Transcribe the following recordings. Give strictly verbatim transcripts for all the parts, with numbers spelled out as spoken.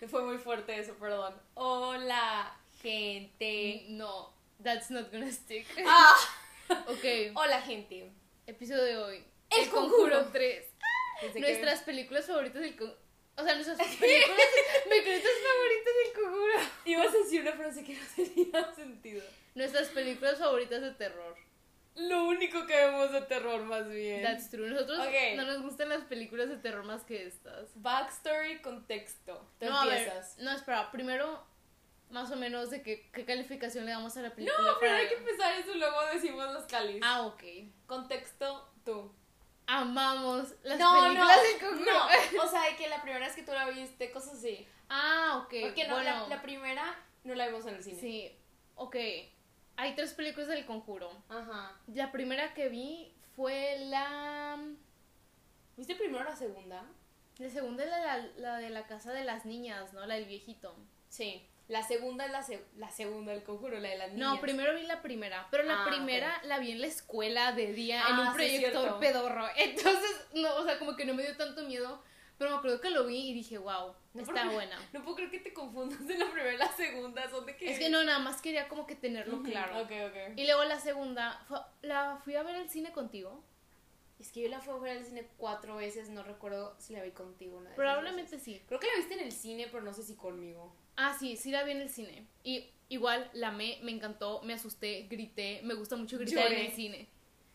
Fue muy fuerte eso, perdón. Hola, gente. No, that's not gonna stick. Ah. Ok. Hola, gente. Episodio de hoy. El Conjuro tres. Pensé Nuestras que... películas favoritas del Conjuro. O sea, nuestras películas películas favoritas del Conjuro. Ibas a decir una frase que no tenía sentido. Nuestras películas favoritas de terror. Lo único que vemos de terror, más bien. That's true. Nosotros okay. no nos gustan las películas de terror más que estas. Backstory, contexto. Te no, empiezas. A ver, no, espera. Primero, más o menos, de qué, qué calificación le damos a la película. No, primero hay que empezar eso, luego decimos los calis. Ah, ok. Contexto, tú. Amamos las no, películas no, del Conjuro. No, o sea, de que la primera vez que tú la viste, cosas así. Ah, ok. Porque no, bueno. la, la primera no la vimos en el cine. Sí, ok. Hay tres películas del Conjuro. Ajá. La primera que vi fue la... ¿Viste primero la segunda? La segunda es la, la, la de la casa de las niñas, ¿no? La del viejito. Sí. La segunda es la, se- la segunda del Conjuro, la de las niñas. No, primero vi la primera. Pero la ah, primera okay. la vi en la escuela de día, ah, en un sí, proyector cierto. pedorro. Entonces, no, o sea, como que no me dio tanto miedo. Pero me acuerdo que lo vi y dije, wow, no, está buena. No puedo creer que te confundas de la primera y la segunda. Son de que... Es que no, nada más quería como que tenerlo uh-huh. claro. Ok, ok. Y luego la segunda, fue, la fui a ver al cine contigo. Es que yo la fui a ver al cine cuatro veces, no recuerdo si la vi contigo una vez. Probablemente sí. Creo que la viste en el cine, pero no sé si conmigo. Ah, sí, sí la vi en el cine. Y igual la amé, me encantó, me asusté, grité, me gusta mucho gritar Lloré. en el cine.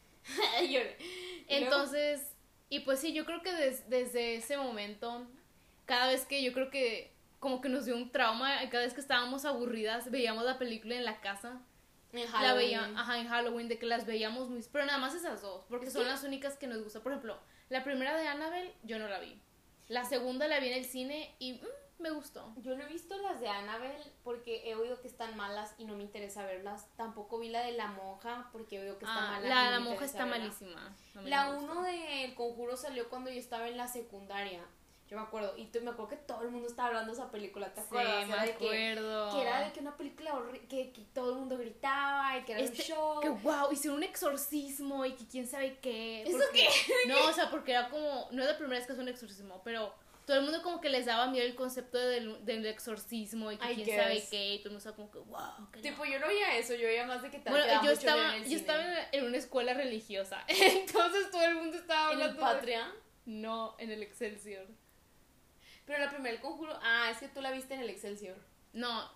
Lloré. Entonces, y pues sí, yo creo que des, desde ese momento, cada vez que yo creo que como que nos dio un trauma, cada vez que estábamos aburridas, veíamos la película en la casa. En La veía, ajá, en Halloween, de que las veíamos muy... Pero nada más esas dos, porque ¿Sí? son las únicas que nos gustan. Por ejemplo, la primera de Annabelle, yo no la vi. La segunda la vi en el cine y mmm, me gustó. Yo no he visto las de Annabelle porque he oído que están malas y no me interesa verlas. Tampoco vi la de la monja porque he oído que está Ah, mala. la y de no la me monja interesa está verla. malísima. No me La gusta. uno de El Conjuro salió cuando yo estaba en la secundaria. Yo me acuerdo. Y tú, me acuerdo que todo el mundo estaba hablando de esa película. ¿Te acuerdas? Sí, Era me de que, acuerdo. que era de que una película horrible. Que, que todo el mundo gritaba y que era Este, un show. Que wow, hicieron un exorcismo y que quién sabe qué. ¿Eso porque- qué? No, o sea, porque era como, no es la primera vez que es un exorcismo, pero todo el mundo como que les daba miedo el concepto del, del exorcismo y que I quién guess. sabe qué, y todo el mundo estaba como que wow, que Tipo, no. yo no veía eso. Yo veía más de que tal. Bueno, que daba yo mucho miedo estaba, en el yo cine. estaba en, en una escuela religiosa, entonces todo el mundo estaba ¿En el hablando de- Patria? No, en el Excelsior. Pero la primera El Conjuro. Ah, es que tú la viste en el Excelsior. No,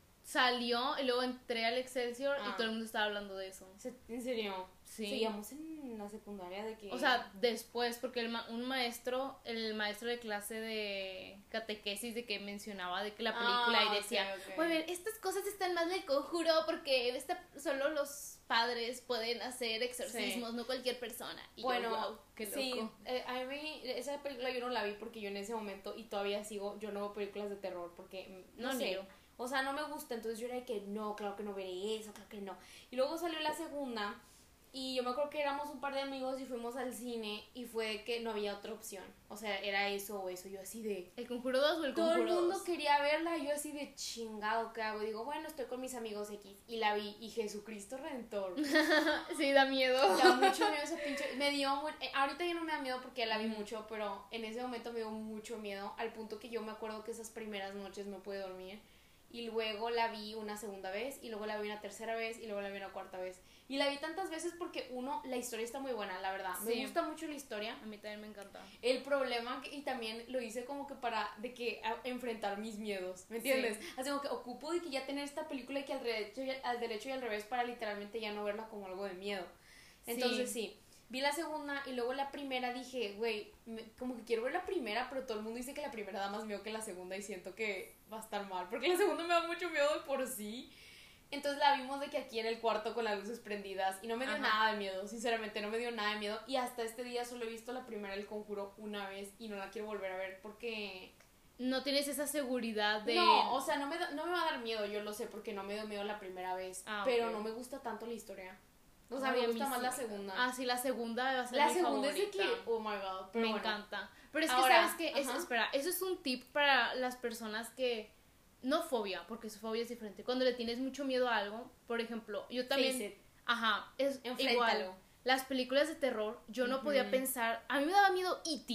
salió y luego entré al Excelsior y Ah. todo el mundo estaba hablando de eso. ¿En serio? Sí. Seguíamos en la secundaria de que... O sea, después, porque el ma- un maestro, el maestro de clase de catequesis, de que mencionaba de que la película Ah, y decía, ok, ok. muy bien, estas cosas están mal del Conjuro porque esta, solo los padres pueden hacer exorcismos, Sí. no cualquier persona. Y Bueno, yo, wow, qué loco. sí, eh, a mí esa película yo no la vi porque yo en ese momento, y todavía sigo, yo no veo películas de terror porque, mm, no, No, ni sé, yo. o sea, no me gusta, entonces yo era de que no, claro que no veré eso, claro que no. Y luego salió la segunda, y yo me acuerdo que éramos un par de amigos y fuimos al cine, y fue de que no había otra opción, o sea, era eso o eso, yo así de... ¿El Conjuro dos o el Todo Conjuro el mundo dos? quería verla, yo así de chingado, ¿qué hago? Digo, bueno, estoy con mis amigos X, y la vi, y Jesucristo Redentor. Sí, da miedo. Da mucho miedo esa pinche. Me dio. mu- eh, ahorita ya no me da miedo porque ya la vi mucho, pero en ese momento me dio mucho miedo. Al punto que yo me acuerdo que esas primeras noches no pude dormir. Y luego la vi una segunda vez. Y luego la vi una tercera vez. Y luego la vi una cuarta vez. Y la vi tantas veces porque, uno, la historia está muy buena, la verdad. Me Sí. gusta mucho la historia. A mí también me encanta. El problema, que- y también lo hice como que para de que a- enfrentar mis miedos, ¿me entiendes? Sí. Así como que ocupo de que ya tener esta película y que al derecho, y al derecho y al revés para literalmente ya no verla como algo de miedo. Entonces sí, vi la segunda y luego la primera dije, güey, me- como que quiero ver la primera, pero todo el mundo dice que la primera da más miedo que la segunda y siento que va a estar mal, porque la segunda me da mucho miedo de por sí. Entonces la vimos de que aquí en el cuarto con las luces prendidas y no me dio Ajá. nada de miedo, sinceramente no me dio nada de miedo y hasta este día solo he visto la primera del Conjuro una vez y no la quiero volver a ver porque... No tienes esa seguridad de... No, o sea, no me, da- no me va a dar miedo, yo lo sé porque no me dio miedo la primera vez, Ah, pero ok. no me gusta tanto la historia. O sea, Ay, me a mí gusta más sí la me segunda. encanta. Ah, sí, la segunda va a ser la mi segunda es de favorita. que, oh my god, pero Me bueno. encanta. Pero es que, Ahora, ¿sabes qué? Es, ajá. espera, eso es un tip para las personas que... No fobia, porque su fobia es diferente. Cuando le tienes mucho miedo a algo, por ejemplo, yo también... Face it. Ajá, es Enfréntalo. igual. Las películas de terror, yo no Ujú. podía pensar... A mí me daba miedo E T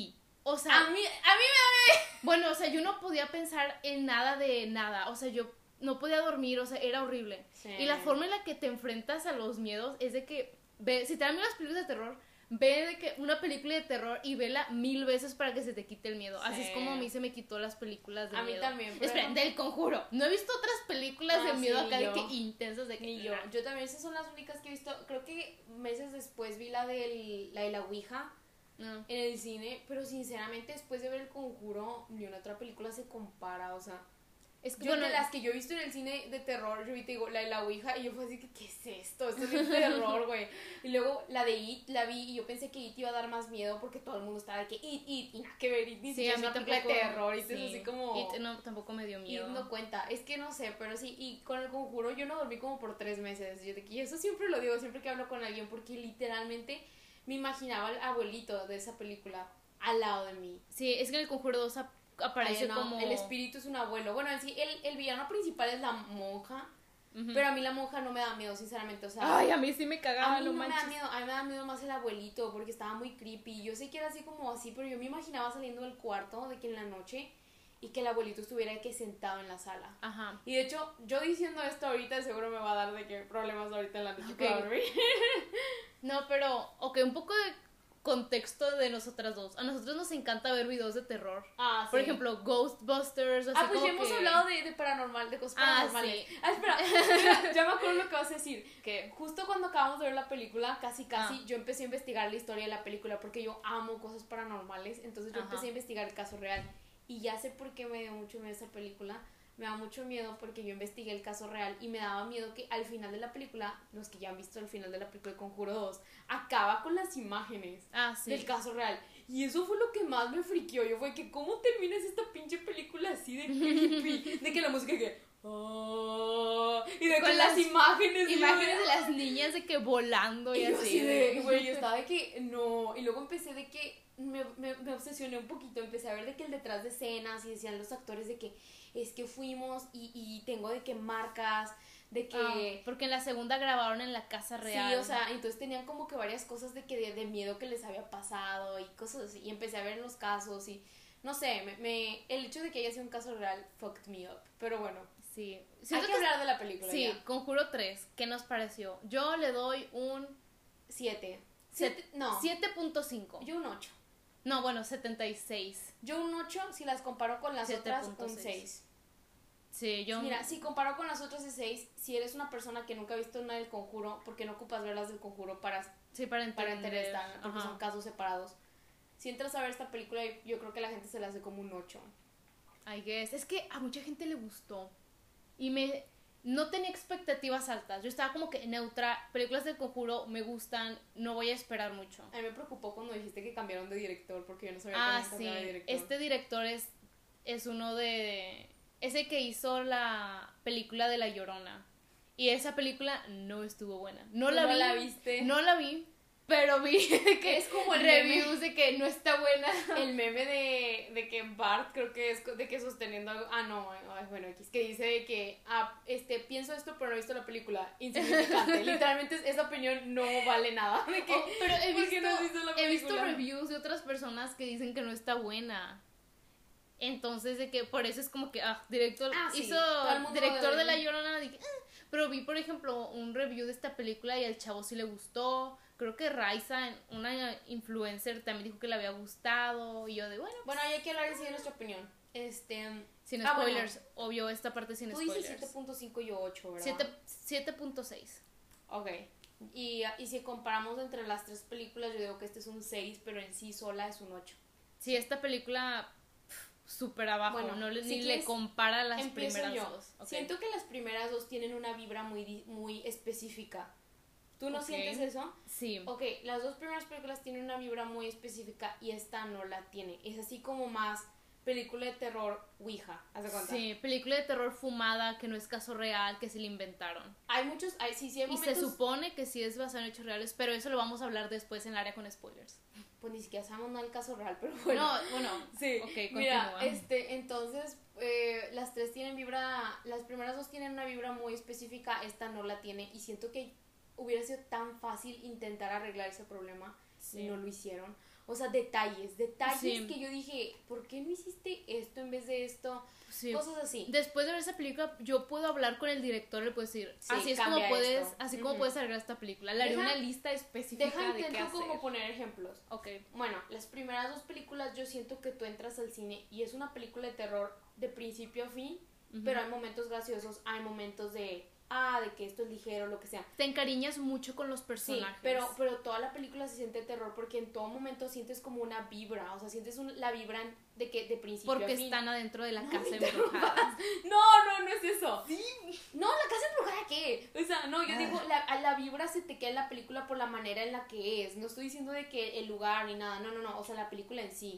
O sea... A mí, a mí me... Bueno, o sea, yo no podía pensar en nada de nada. O sea, yo no podía dormir, o sea, era horrible. Sí. Y la forma en la que te enfrentas a los miedos es de que... Ve, si te dan miedo las películas de terror, ve de que una película de terror y vela mil veces para que se te quite el miedo. Sí. Así es como a mí se me quitó las películas de a miedo. A mí también. Espera, no... del Conjuro. No he visto otras películas ah, de miedo sí, acá yo. de que intensas de que... Ni yo. Yo también, esas son las únicas que he visto. Creo que meses después vi la, del, la de la Ouija. No. En el cine, pero sinceramente después de ver El Conjuro, ni una otra película se compara, o sea, es que yo bueno, de las que yo he visto en el cine de terror, yo vi, te digo, la de la Ouija, y yo fue así que, ¿qué es esto? Esto es de terror, güey. Y luego la de It, la vi, y yo pensé que It iba a dar más miedo, porque todo el mundo estaba de que It, It, y nada que ver, It, It, sí, a mí tampoco, de terror, y sí. Es así como... It no, tampoco me dio miedo. It no cuenta, es que no sé, pero sí, y con El Conjuro yo no dormí como por tres meses, yo de que, y eso siempre lo digo, siempre que hablo con alguien, porque literalmente... me imaginaba al abuelito de esa película al lado de mí. Sí, es que en El Conjuro dos ap- aparece Ay, no, como... el espíritu es un abuelo. Bueno, en sí, el, el villano principal es la monja, uh-huh. pero a mí la monja no me da miedo, sinceramente, o sea... Ay, a mí sí me cagaba, a mí no no manches. me da miedo, a mí me da miedo más el abuelito, porque estaba muy creepy. Yo sé que era así como así, pero yo me imaginaba saliendo del cuarto, de que en la noche... y que el abuelito estuviera de que sentado en la sala. Ajá. Y de hecho, yo diciendo esto ahorita seguro me va a dar de que problemas ahorita en la noche okay. para dormir. No, pero, ok, un poco de contexto de nosotras dos. A nosotros nos encanta ver videos de terror. Ah, sí. Por ejemplo, Ghostbusters. Ah, pues ya hemos que... hablado de, de paranormal, de cosas paranormales. Ah, sí. ah espera, espera, ya me acuerdo lo que vas a decir. ¿Qué? Justo cuando acabamos de ver la película, casi casi, ah. yo empecé a investigar la historia de la película porque yo amo cosas paranormales. Entonces yo Ajá. empecé a investigar el caso real. Y ya sé por qué me dio mucho miedo esa película. Me da mucho miedo porque yo investigué el caso real y me daba miedo que al final de la película, los que ya han visto el final de la película de Conjuro dos, acaba con las imágenes ah, sí. del caso real. Y eso fue lo que más me friqueó. Yo fue que, ¿cómo terminas esta pinche película así de creepy? De que la música que... Oh, y de con que las, las imágenes... Imágenes de las niñas de que volando y, y así. así de, güey, yo estaba de que, no. Y luego empecé de que... Me, me, me obsesioné un poquito, empecé a ver de que el detrás de escenas y decían los actores de que es que fuimos y, y tengo de que marcas, de que... Ah, porque en la segunda grabaron en la casa real. Sí, o sea, entonces tenían como que varias cosas de que de, de miedo que les había pasado y cosas así, y empecé a ver los casos y no sé, me, me el hecho de que haya sido un caso real fucked me up, pero bueno. Sí. Hay que, que hablar de la película. Sí, ya. Conjuro tres, ¿qué nos pareció? Yo le doy un... siete. siete no. siete punto cinco. Yo un ocho. No, bueno, setenta y seis. Yo un ocho, si las comparo con las otras, un seis. Sí, yo... Mira, si comparo con las otras es seis, si eres una persona que nunca ha visto una del Conjuro, porque no ocupas ver las del Conjuro para, sí, para entender, para entender esta, porque Ajá. son casos separados. Si entras a ver esta película, yo creo que la gente se la hace como un ocho. I guess. Es que a mucha gente le gustó. Y me... No tenía expectativas altas. Yo estaba como que neutra. Películas del Conjuro me gustan. No voy a esperar mucho. A mí me preocupó cuando dijiste que cambiaron de director. Porque yo no sabía ah, que cambiaron sí. de director. Este director es, es uno de... Ese que hizo la película de La Llorona. Y esa película no estuvo buena. No la no vi. No la viste. No la vi. Pero vi que es como el reviews meme, de que no está buena. El meme de, de que Bart creo que es de que sosteniendo algo. Ah, no, ay, bueno, es que dice de que ah, este, pienso esto pero no he visto la película. Insignificante. Literalmente esa opinión no vale nada. De que, oh, pero he visto, no has visto la he visto reviews de otras personas que dicen que no está buena. Entonces de que por eso es como que ah, director ah, sí. hizo director de, de La Llorona, dije, eh. Pero vi por ejemplo un review de esta película y al chavo sí le gustó. Creo que Raiza, una influencer, también dijo que le había gustado. Y yo de, bueno. Pues, bueno, hay que hablar de nuestra opinión. Este. Sin ah, spoilers, bueno. Obvio, esta parte sin Tú spoilers. Tú dices siete punto cinco y yo ocho, ¿verdad? siete punto seis. Ok. Y, y si comparamos entre las tres películas, yo digo que este es un seis, pero en sí sola es un ocho. Sí, esta película. Súper abajo, bueno, no le, si ni le compara a las primeras yo. dos. Okay. Siento que las primeras dos tienen una vibra muy, muy específica. ¿Tú no okay. sientes eso? Sí. Ok, las dos primeras películas tienen una vibra muy específica y esta no la tiene. Es así como más película de terror Ouija, ¿haz de cuenta? Sí, película de terror fumada, que no es caso real, que se le inventaron. Hay muchos, hay, sí, sí hay y momentos... se supone que sí es basado en hechos reales, pero eso lo vamos a hablar después en el área con spoilers. Pues ni siquiera sabemos nada del caso real, pero bueno. No, bueno, sí. Ok, continúa. Mira, este, entonces, eh, las tres tienen vibra, las primeras dos tienen una vibra muy específica, esta no la tiene, y siento que hubiera sido tan fácil intentar arreglar ese problema, sí. Y no lo hicieron. O sea, detalles, detalles sí. que yo dije, ¿por qué no hiciste esto en vez de esto? Sí. Cosas así. Después de ver esa película, yo puedo hablar con el director y le puedo decir, sí, así es como puedes, esto. así uh-huh. como puedes arreglar esta película. Le haré una lista específica deja de qué hacer. como poner ejemplos. Ok. Bueno, las primeras dos películas yo siento que tú entras al cine y es una película de terror de principio a fin, uh-huh. pero hay momentos graciosos, hay momentos de... ah, de que esto es ligero, lo que sea. Te encariñas mucho con los personajes. Sí, pero, pero toda la película se siente terror porque en todo momento sientes como una vibra, o sea, sientes un, la vibra de que de principio porque a fin. Están adentro de la no, casa embrujada. No, no, no es eso. Sí. No, la casa embrujada, ¿qué? O sea, no, yo ah. digo, la, la vibra se te queda en la película por la manera en la que es. No estoy diciendo de que el lugar ni nada, no, no, no, o sea, la película en sí.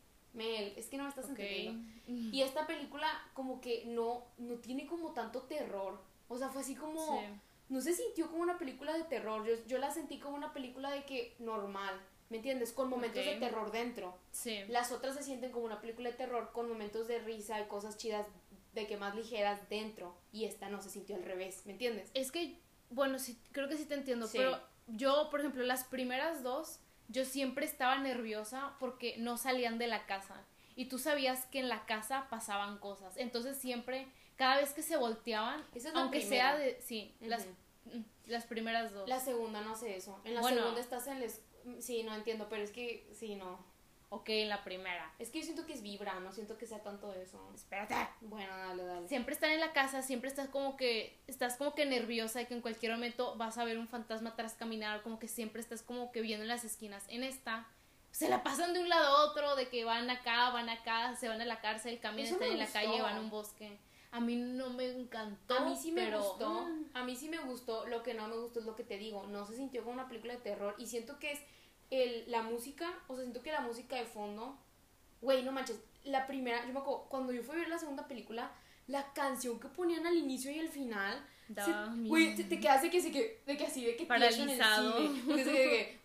Mel, es que no me estás okay. entendiendo. Y esta película como que no, no tiene como tanto terror. O sea, fue así como... Sí. No se sintió como una película de terror. Yo, yo la sentí como una película de que normal. ¿Me entiendes? Con momentos okay. de terror dentro. Sí. Las otras se sienten como una película de terror con momentos de risa y cosas chidas de que más ligeras dentro. Y esta no se sintió al revés. ¿Me entiendes? Es que, bueno, sí, creo que sí te entiendo. Sí. Pero yo, por ejemplo, las primeras dos, yo siempre estaba nerviosa porque no salían de la casa. Y tú sabías que en la casa pasaban cosas. Entonces siempre... cada vez que se volteaban, es aunque primera. sea de... sí, uh-huh. las, las primeras dos. La segunda no sé eso. En la bueno, segunda estás en... Les, sí, no entiendo, pero es que... sí, no. Ok, en la primera. Es que yo siento que es vibra, no siento que sea tanto eso. Espérate. Bueno, dale, dale. Siempre están en la casa, siempre estás como que... estás como que nerviosa y que en cualquier momento vas a ver un fantasma atrás caminar, como que siempre estás como que viendo en las esquinas. En esta... se la pasan de un lado a otro, de que van acá, van acá, se van a la cárcel, caminan, están en la calle, van a un bosque. A mí no me encantó. A mí sí me pero... gustó. A mí sí me gustó. Lo que no me gustó es lo que te digo. No se sintió como una película de terror. Y siento que es el, la música. O sea, siento que la música de fondo. Güey, no manches. La primera. Yo me acuerdo. Cuando yo fui a ver la segunda película. La canción que ponían al inicio y al final. Güey, te, te quedas de que, que, de que así. De que paralizado. En el cine. De que.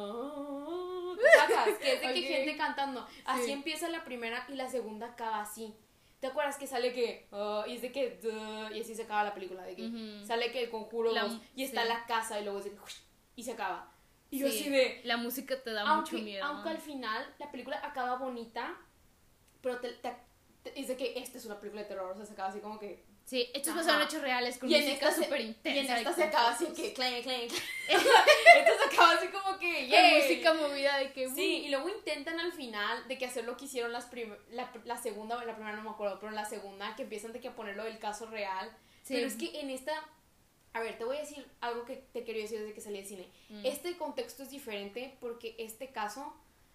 Oh, ¿sabes? Que es de okay. que gente cantando. Así sí. Empieza la primera y la segunda acaba así. ¿Te acuerdas que sale que, uh, y es de que, uh, y así se acaba la película, de que uh-huh. sale que el conjuro la, dos, y está sí. la casa, y luego es de que, y se acaba. Y sí, yo así de... la música te da aunque, mucho miedo. Aunque al final la película acaba bonita, pero te, te, te, es de que esta es una película de terror, o sea, se acaba así como que... sí, estos pasaron hechos reales con música súper intensa. Y en esta se acaba así que clang, clang, clang. Esto se acaba así como que yeah. La música movida de que... Uh. Sí, y luego intentan al final de que hacer lo que hicieron las prim- la, la segunda, la primera no me acuerdo, pero en la segunda que empiezan de que a ponerlo del caso real. Sí. Pero es que en esta... a ver, te voy a decir algo que te quería decir desde que salí del cine. Mm. Este contexto es diferente porque este caso,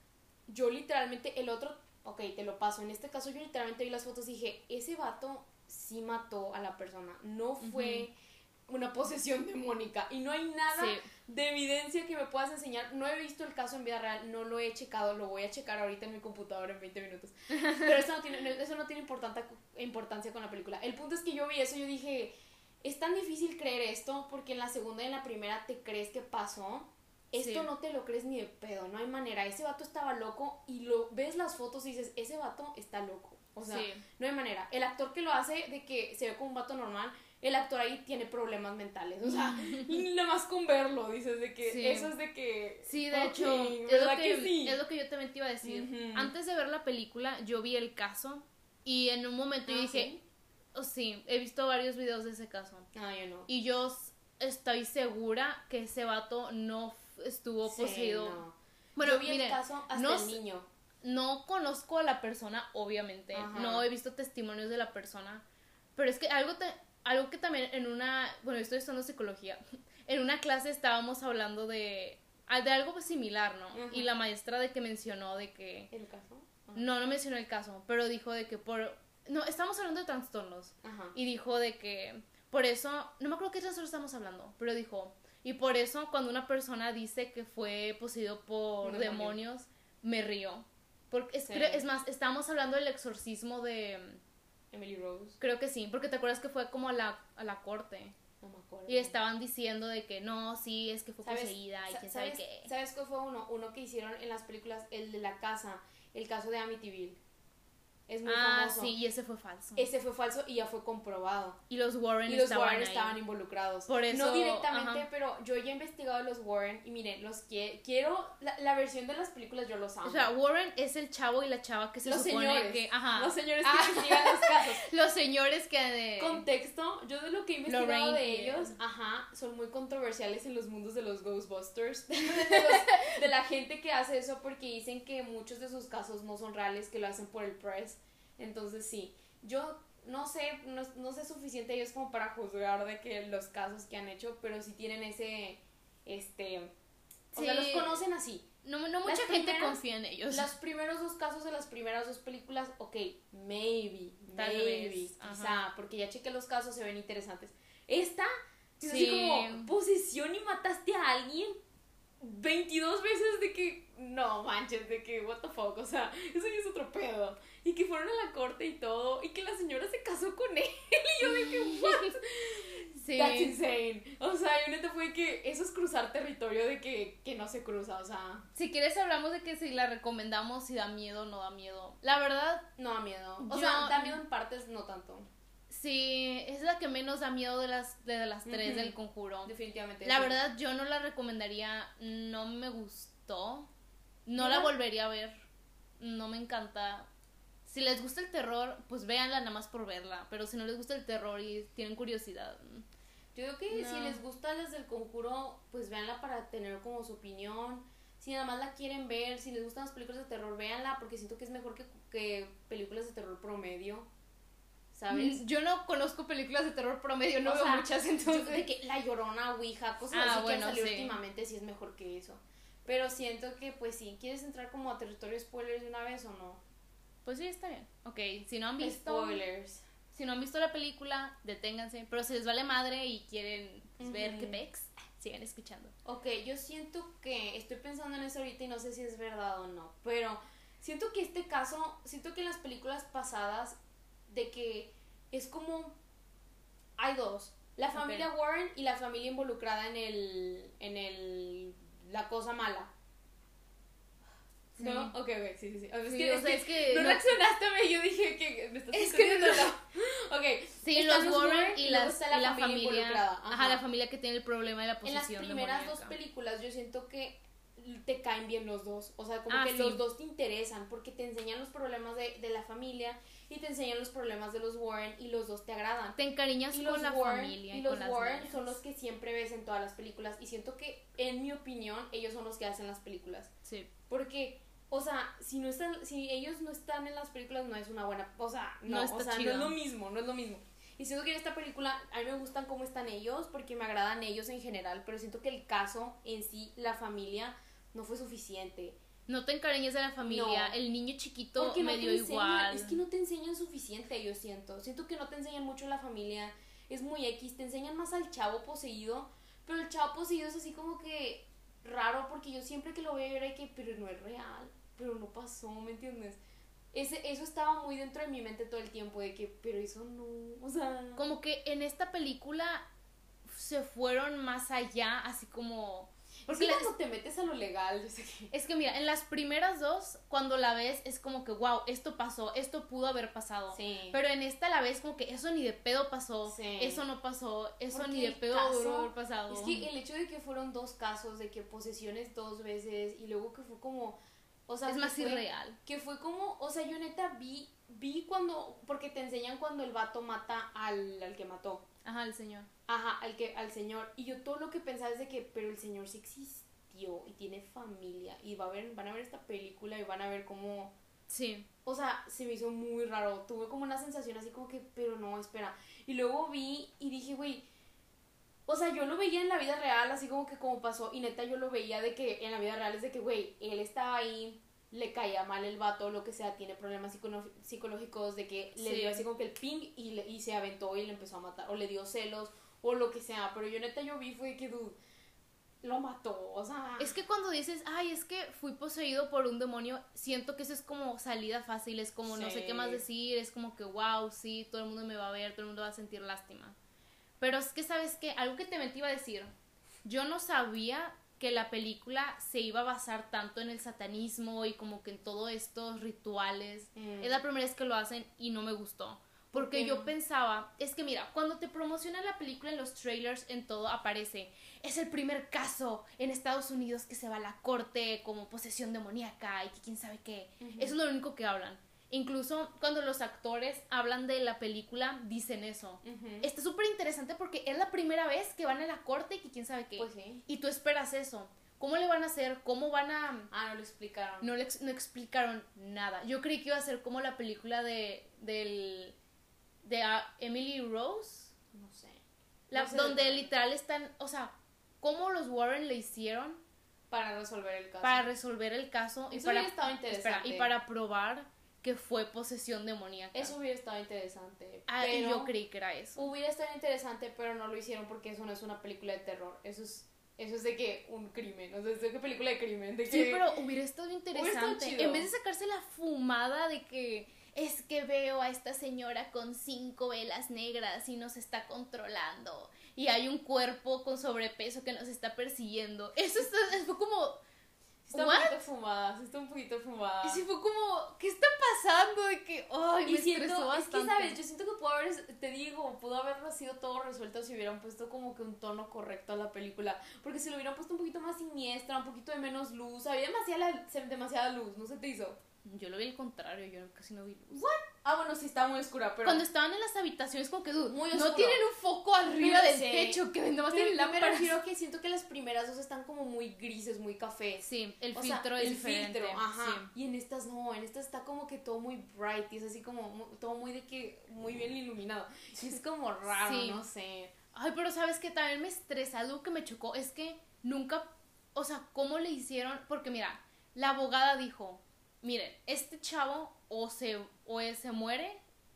yo literalmente, el otro, ok, te lo paso. En este caso yo literalmente vi las fotos y dije, ese vato... sí mató a la persona, no fue uh-huh. una posesión demónica y no hay nada sí. de evidencia que me puedas enseñar. No he visto el caso en vida real, no lo he checado, lo voy a checar ahorita en mi computadora en veinte minutos, pero eso no tiene, eso no tiene importancia con la película. El punto es que yo vi eso y yo dije, es tan difícil creer esto porque en la segunda y en la primera te crees que pasó. Esto sí. no te lo crees ni de pedo, no hay manera. Ese vato estaba loco y lo ves las fotos y dices, ese vato está loco. O sea, sí. no hay manera. El actor que lo hace de que se ve como un vato normal, el actor ahí tiene problemas mentales. O sea, nada más con verlo, dices de que sí. eso es de que... sí, de okay, hecho, es lo que, que sí? es lo que yo también te iba a decir. Uh-huh. Antes de ver la película, yo vi el caso y en un momento ah, yo dije, ¿sí? Oh, sí, he visto varios videos de ese caso. Ah, yo no. Y yo estoy segura que ese vato no estuvo sí, poseído. No. Bueno, yo vi miren, el caso hasta no, el niño. No conozco a la persona, obviamente. Ajá. No he visto testimonios de la persona. Pero es que algo, te, algo que también en una... bueno, estoy estudiando psicología. En una clase estábamos hablando de... de algo similar, ¿no? Ajá. Y la maestra de que mencionó de que... ¿El caso? Ajá. No, no mencionó el caso. Pero dijo de que por... no, estábamos hablando de trastornos. Ajá. Y dijo de que... por eso... no me acuerdo qué trastorno estamos hablando. Pero dijo... y por eso cuando una persona dice que fue poseído por Demonio. demonios... me río. Porque es, sí. creo, es más, estábamos hablando del exorcismo de... Emily Rose. Creo que sí, porque te acuerdas que fue como a la, a la corte. No me acuerdo. Y estaban diciendo de que no, sí, es que fue ¿Sabes? poseída y quién sabe qué. ¿Sabes cuál fue uno? Uno que hicieron en las películas, el de la casa, el caso de Amityville. es muy ah, famoso. Ah, sí, y ese fue falso. Ese fue falso y ya fue comprobado. Y los Warren y los estaban Warren ahí. estaban involucrados. Por eso, no directamente, ajá. pero yo ya he investigado a los Warren y miren, los que quiero, la, la versión de las películas yo los amo. O sea, Warren es el chavo y la chava que se los supone señores, que... Ajá. Los señores que ah. investigan los casos. Los señores que... De... Contexto, yo de lo que he investigado Lorraine de y... ellos, ajá, son muy controversiales en los mundos de los Ghostbusters, de, los, de la gente que hace eso porque dicen que muchos de sus casos no son reales, que lo hacen por el press. Entonces sí, yo no sé, no, no sé suficiente ellos como para juzgar de que los casos que han hecho, pero sí tienen ese, este, o sí. sea, los conocen así. No, no mucha las gente primeras, confía en ellos. Los primeros dos casos de las primeras dos películas, ok, maybe, Tal maybe, vez, quizá, ajá. porque ya chequé los casos, se ven interesantes. Esta, es sí. así como posesión y mataste a alguien veintidós veces de que, no manches, de que, what the fuck, o sea, eso ya es otro pedo. Y que fueron a la corte y todo, y que la señora se casó con él, y yo dije, what? Sí. That's insane. O sea, yo neta fue que eso es cruzar territorio de que, que no se cruza, o sea. Si quieres hablamos de que si la recomendamos, si da miedo o no da miedo. La verdad... No da miedo. O yo, sea, da miedo en partes, no tanto. Sí, es la que menos da miedo de las, de las tres uh-huh. del Conjuro. Definitivamente. La sí. verdad, yo no la recomendaría, no me gustó. No ¿Mira? La volvería a ver. No me encanta. Si les gusta el terror, pues véanla nada más por verla. Pero si no les gusta el terror y tienen curiosidad... Yo creo que no. si les gusta las del Conjuro, pues véanla para tener como su opinión. Si nada más la quieren ver, si les gustan las películas de terror, véanla, porque siento que es mejor que, que películas de terror promedio, ¿sabes? Yo no conozco películas de terror promedio, no o veo sea, muchas, entonces... Yo, de que La Llorona, Ouija, cosas ah, así bueno, que han salido sí. últimamente, sí es mejor que eso. Pero siento que, pues sí, ¿quieres entrar como a territorio spoilers de una vez o no? Pues sí, está bien. Ok, si no han visto... Spoilers. Si no han visto la película, deténganse. Pero si les vale madre y quieren pues, uh-huh. ver qué pex, sigan escuchando. Ok, yo siento que estoy pensando en eso ahorita y no sé si es verdad o no. Pero siento que este caso, siento que en las películas pasadas, de que es como... Hay dos. La familia okay. Warren y la familia involucrada en el... En el... La cosa mala. ¿No? Ok, ok, sí, sí, sí. Es, sí, que, o es, sea, que es que no, no reaccionaste a mí, yo dije que me estás es que no. Ok. Sí, los Warren y, las, la, y la familia, familia involucrada. Ajá. Ajá, la familia que tiene el problema de la posesión En las primeras demoníaca. dos películas yo siento que te caen bien los dos. O sea, como ah, que sí. los dos te interesan porque te enseñan los problemas de, de la familia y te enseñan los problemas de los Warren y los dos te agradan. Te encariñas y con la Warren, familia. Y, y los con las Warren niñas. son los que siempre ves en todas las películas y siento que, en mi opinión, ellos son los que hacen las películas. Sí. Porque... O sea, si no están, si ellos no están en las películas no es una buena, o sea, no, no está o sea, chido. no es lo mismo, no es lo mismo. Y siento que en esta película a mí me gustan cómo están ellos porque me agradan ellos en general, pero siento que el caso en sí, la familia, no fue suficiente. No te encariñes de la familia, no, el niño chiquito no medio enseñan, igual. Es que no te enseñan suficiente, yo siento. Siento que no te enseñan mucho la familia, es muy X, te enseñan más al chavo poseído, pero el chavo poseído es así como que raro porque yo siempre que lo veo era que, pero no es real. Pero no pasó, ¿me entiendes? Ese, eso estaba muy dentro de mi mente todo el tiempo, de que, pero eso no, o sea... Como que en esta película se fueron más allá, así como... Porque es que cuando te metes a lo legal, yo sé que... Es que mira, en las primeras dos, cuando la ves, es como que, wow, esto pasó, esto pudo haber pasado. Sí. Pero en esta la ves como que eso ni de pedo pasó, sí. eso no pasó, eso Porque ni de pedo caso, haber pasado. Es que el hecho de que fueron dos casos, de que posesiones dos veces, y luego que fue como... O sea, es más fue, irreal. Que fue como, o sea, yo neta vi, vi cuando, porque te enseñan cuando el vato mata al, al que mató. Ajá, al señor. Ajá, al que, al señor. Y yo todo lo que pensaba es de que, pero el señor sí existió y tiene familia. Y va a ver, van a ver esta película y van a ver cómo... Sí. O sea, se me hizo muy raro. Tuve como una sensación así como que, pero no, espera. Y luego vi y dije, güey... O sea, yo lo veía en la vida real, así como que como pasó, y neta yo lo veía de que en la vida real es de que, güey, él estaba ahí, le caía mal el vato, lo que sea, tiene problemas psico- psicológicos, de que le sí. dio así como que el ping y, le, y se aventó y le empezó a matar, o le dio celos, o lo que sea, pero yo neta yo vi fue que, dude, lo mató, o sea... Es que cuando dices, ay, es que fui poseído por un demonio, siento que eso es como salida fácil, es como sí. no sé qué más decir, es como que, wow, sí, todo el mundo me va a ver, todo el mundo va a sentir lástima. Pero es que, ¿sabes qué? Algo que te me iba a decir. Yo no sabía que la película se iba a basar tanto en el satanismo y como que en todos estos rituales. Mm. Es la primera vez que lo hacen y no me gustó. Porque okay. yo pensaba, es que mira, cuando te promocionan la película en los trailers, en todo aparece, es el primer caso en Estados Unidos que se va a la corte como posesión demoníaca y que quién sabe qué. Uh-huh. Eso es lo único que hablan. Incluso cuando los actores hablan de la película, dicen eso. Uh-huh. Está súper interesante porque es la primera vez que van a la corte y que quién sabe qué. Pues sí. Y tú esperas eso. ¿Cómo le van a hacer? ¿Cómo van a...? Ah, no lo explicaron. No, le, no explicaron nada. Yo creí que iba a ser como la película de... del... de uh, Emily Rose, no sé, la, no sé donde de literal están, o sea, cómo los Warren le hicieron para resolver el caso, para resolver el caso eso y para hubiera estado interesante. Espera, y para probar que fue posesión demoníaca. Eso hubiera estado interesante. Ah, pero y yo creí que era eso. Hubiera estado interesante, pero no lo hicieron porque eso no es una película de terror. Eso es Eso es de que un crimen, o sea, es de que película de crimen. De que... Sí, pero hubiera estado interesante. Hubiera estado chido. En vez de sacarse la fumada de que es que veo a esta señora con cinco velas negras y nos está controlando y hay un cuerpo con sobrepeso que nos está persiguiendo. Eso está, fue como... Está ¿What? un poquito fumada, sí está un poquito fumada. Y sí fue como, ¿qué está pasando? De que, ay, me y siento, estresó bastante. Es que, ¿sabes? Yo siento que pudo haber, te digo, pudo haber sido todo resuelto si hubieran puesto como que un tono correcto a la película. Porque si lo hubieran puesto un poquito más siniestra, un poquito de menos luz, había demasiada, demasiada luz, ¿no se te hizo? Yo lo vi al contrario, yo casi no vi luz. ¿What? Ah, bueno, sí, estaba muy oscura, pero... Cuando estaban en las habitaciones, como que, dude, muy no tienen un foco arriba pero del sí. techo, que nomás pero tienen lámparas. Me refiero que siento que las primeras dos están como muy grises, muy cafés. Sí, el o filtro sea, es el diferente. Filtro, ajá. Sí. Y en estas no, en estas está como que todo muy bright y es así como muy, todo muy de que, muy bien iluminado. Y es como raro, sí. No sé. Ay, pero ¿sabes qué? También me estresa, algo que me chocó es que nunca, o sea, ¿cómo le hicieron? Porque mira, la abogada dijo... Miren, este chavo o se, o él se muere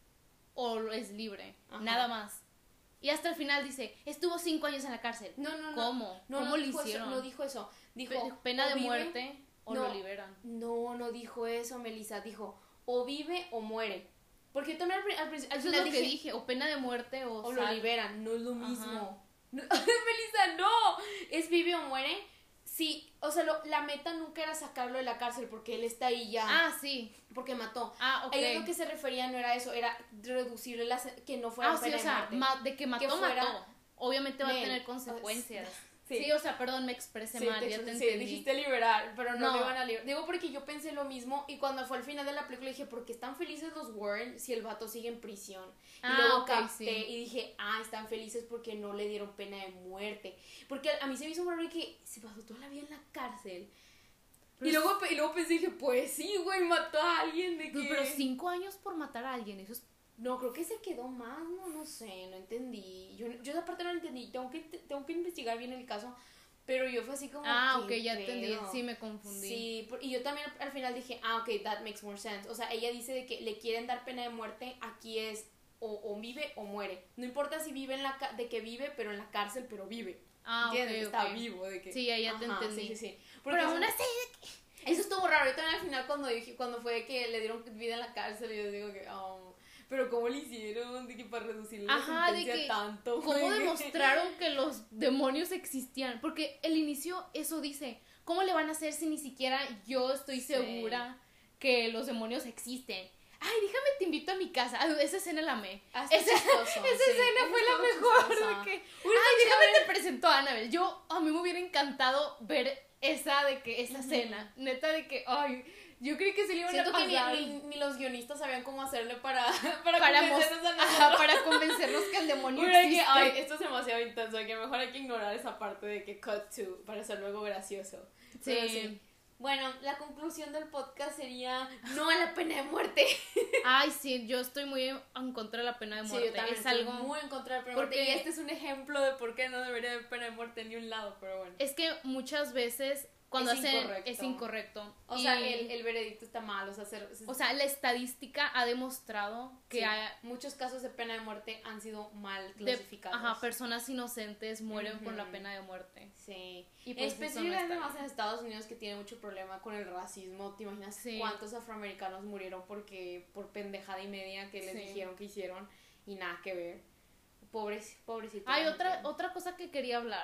o es libre, ajá. Nada más. Y hasta el final dice, estuvo cinco años en la cárcel. No, no, no. ¿Cómo? No, ¿Cómo no lo dijo hicieron? Eso, no dijo eso. Dijo, P- pena de vive, muerte o no, lo liberan. No, no dijo eso, Melissa. Dijo, o vive o muere. Porque yo también al, al, al eso final es lo dije, que dije, o pena de muerte o O sal. lo liberan, no es lo mismo. No, Melissa, no. Es vive o muere. Sí, o sea, lo, la meta nunca era sacarlo de la cárcel porque él está ahí ya. Ah, sí. Porque mató. Ah, ok. Ahí lo que se refería no era eso, era reducirle la, que no fuera ah, pena sí, o sea, de muerte. Ma- de que mató, que fuera, mató. Obviamente va men, a tener consecuencias. Sí. sí, o sea, perdón, me expresé sí, mal, te, ya te sí, entendí. dijiste liberar, pero no, No. lo iban a liberar. Digo porque yo pensé lo mismo y cuando fue al final de la película dije, ¿por qué están felices los Warren si el vato sigue en prisión? Y Ah, luego okay, capté sí. y dije, ah, están felices porque no le dieron pena de muerte. Porque a mí se me hizo raro que se pasó toda la vida en la cárcel. Pero y, luego, y luego pensé, dije, pues sí, güey, mató a alguien de que... Pero cinco años por matar a alguien, eso es... No, creo que se quedó más, no, no sé, no entendí. Yo, yo esa parte no la entendí, tengo que, tengo que investigar bien el caso, pero yo fue así como... Ah, ok, ¿qué ya pedo? entendí, sí me confundí. Sí, por- y yo también al final dije, ah, ok, that makes more sense. O sea, ella dice de que le quieren dar pena de muerte, aquí es o, o vive o muere. No importa si vive en la... ca- de que vive, pero en la cárcel, pero vive. Ah, ok, ¿Entiendes? Está ok. vivo, de que... Sí, ya, ya te Ajá, entendí. Sí, sí, sí. Porque Pero eso- aún así... Eso estuvo raro. Yo también al final cuando dije, cuando fue que le dieron vida en la cárcel, yo digo que, oh, pero ¿cómo le hicieron? De que para reducir la Ajá, de sentencia que tanto. ¿cómo güey? demostraron que los demonios existían? Porque el inicio eso dice, ¿cómo le van a hacer si ni siquiera yo estoy Sí. segura que los demonios existen? Ay, déjame te invito a mi casa. Ah, esa escena la amé. Ah, está Esa, chistoso, esa sí. escena Esa fue la estuvo mejor. chistosa. De que, Hubiera ay, estado déjame chévere. te presento a Annabelle. Yo, a mí me hubiera encantado ver esa de que, esa Ujú. escena. Neta de que, ay, yo creí que se le iban Siento a que pasar. ni, ni, ni los guionistas sabían cómo hacerle para, para, para, mos- convencernos a nosotros. ajá, para convencernos que el demonio Hubiera que, existe. ay, esto es demasiado intenso, que mejor hay que ignorar esa parte de que cut to, para hacer luego gracioso. Pero Sí. Bueno, la conclusión del podcast sería no a la pena de muerte. Ay, sí, yo estoy muy en contra de la pena de muerte. Sí, yo también es estoy algo muy en contra de la pena de muerte. porque- Y este es un ejemplo de por qué no debería haber pena de muerte en ni un lado, pero bueno. es que muchas veces cuando Es hacen incorrecto. es incorrecto. O Y- sea, el, el veredicto está mal, o sea, hacer, o sea, la estadística ha demostrado que sí, hay muchos casos de pena de muerte han sido mal de, clasificados. ajá, personas inocentes mueren por la Ujú. pena de muerte. Sí. Y pues eso no Específicamente está más bien. en Estados Unidos que tiene mucho problema con el racismo. ¿Te imaginas Sí. cuántos afroamericanos murieron porque por pendejada y media que les Sí. dijeron que hicieron y nada que ver? Pobres, pobrecitos. Hay otra otra cosa que quería hablar.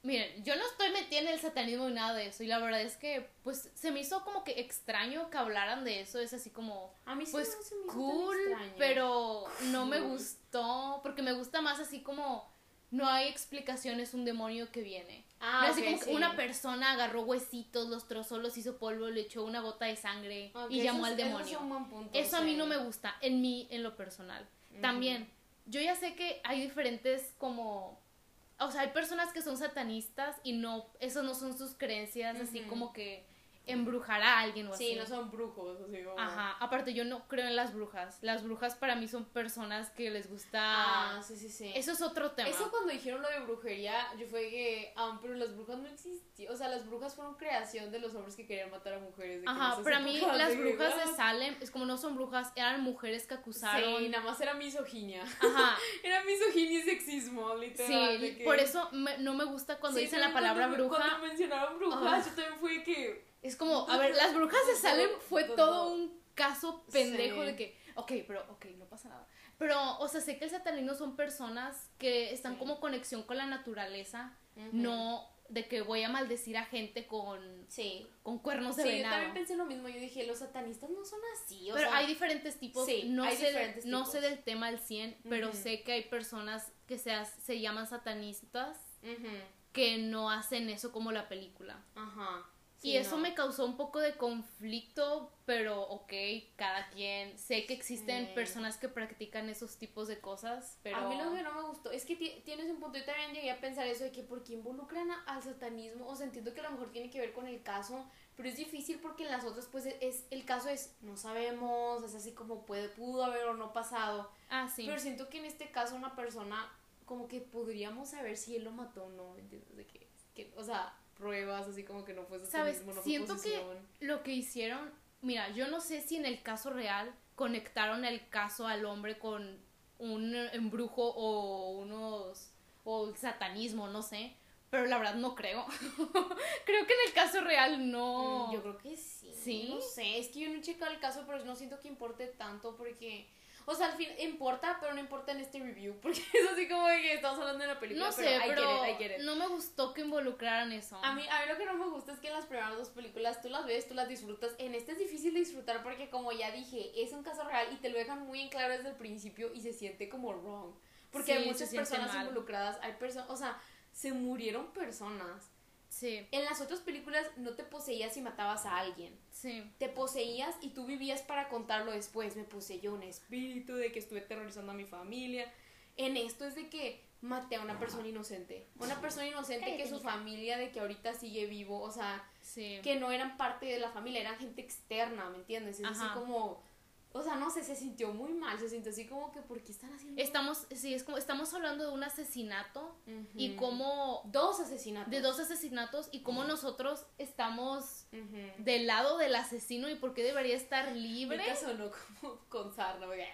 Miren, yo no estoy metida en el satanismo ni nada de eso. Y la verdad es que, pues, se me hizo como que extraño que hablaran de eso. Es así como, a mí sí pues, no se me hizo cool, tan extraño. pero no me gustó. Porque me gusta más así como, no hay explicación, es un demonio que viene. Ah, no es así okay, como que sí. una persona agarró huesitos, los trozó, los hizo polvo, le echó una gota de sangre Okay, y llamó eso, al demonio. Eso, es un buen punto, eso a sí. mí no me gusta, en mí, en lo personal. Uh-huh. También, yo ya sé que hay diferentes como... O sea, hay personas que son satanistas y no, eso no son sus creencias, uh-huh. así como que embrujar a alguien o sí, así. Sí, no son brujos, así como... Ajá, aparte yo no creo en las brujas. Las brujas para mí son personas que les gusta... Ah, sí, sí, sí. Eso es otro tema. Eso cuando dijeron lo de brujería, yo fue que, ah, pero las brujas no existían. O sea, las brujas fueron creación de los hombres que querían matar a mujeres. De Ajá, pero a mí las brujas de Salem, es como no son brujas, eran mujeres que acusaron. Sí, nada más era misoginia. Ajá. Era misoginia y sexismo, literal. Sí, que... por eso me, no me gusta cuando sí, dicen la palabra cuando, bruja. Cuando mencionaron brujas, uh-huh. yo también fue que... Es como, a ver, las brujas de Salem fue todo un caso pendejo sí. de que, ok, pero, ok, no pasa nada. Pero, o sea, sé que el satanismo son personas que están sí. como conexión con la naturaleza, uh-huh. no de que voy a maldecir a gente con, sí. con cuernos de sí, venado. Sí, yo también pensé lo mismo, yo dije, los satanistas no son así, o pero sea... hay diferentes tipos, sí, no, hay sé, diferentes no tipos. sé del tema al cien, uh-huh. pero sé que hay personas que se, se llaman satanistas uh-huh. que no hacen eso como la película. Ajá. Sí, y eso no. me causó un poco de conflicto, pero ok, cada quien. Sé que existen sí. personas que practican esos tipos de cosas, pero... A mí lo que no me gustó es que t- tienes un punto, y también llegué a pensar eso de que por qué involucran a, al satanismo, o sea, entiendo que a lo mejor tiene que ver con el caso, pero es difícil porque en las otras, pues, es, es el caso es, no sabemos, es así como puede, pudo haber o no pasado. Ah, sí. Pero siento que en este caso una persona, como que podríamos saber si él lo mató o no, ¿me entiendes? De que, que o sea... pruebas, así como que no fue ¿sabes? Mismo, no siento fue que lo que hicieron, mira, yo no sé si en el caso real conectaron el caso al hombre con un embrujo o unos, o el satanismo, no sé, pero la verdad no creo. Creo que en el caso real no. Mm, yo creo que sí. ¿Sí? No sé, es que yo no he checado el caso, pero no siento que importe tanto porque... O sea, al fin importa, pero no importa en este review, porque es así como de que estamos hablando de la película, no sé, pero, I pero get it, I get it. No me gustó que involucraran eso. A mí, a mí lo que no me gusta es que en las primeras dos películas tú las ves, tú las disfrutas. En este es difícil de disfrutar porque, como ya dije, es un caso real y te lo dejan muy en claro desde el principio y se siente como wrong. Porque sí, hay muchas personas mal. involucradas, hay personas, o sea, se murieron personas. Sí. En las otras películas no te poseías y matabas a alguien. Sí. Te poseías y tú vivías para contarlo después. Me poseyó un espíritu de que estuve terrorizando a mi familia. En esto es de que maté a una persona inocente. Una persona inocente Cállate, que su hija. familia de que ahorita sigue vivo. O sea, sí. que no eran parte de la familia, eran gente externa, ¿me entiendes? Es Ajá. así como... O sea, no sé, se sintió muy mal, se sintió así como que, ¿por qué están haciendo? Estamos, sí, es como, estamos hablando de un asesinato uh-huh. y cómo... Dos asesinatos. De dos asesinatos y cómo uh-huh. nosotros estamos uh-huh. del lado del asesino y por qué debería estar libre. Me sonó como con sarna, porque...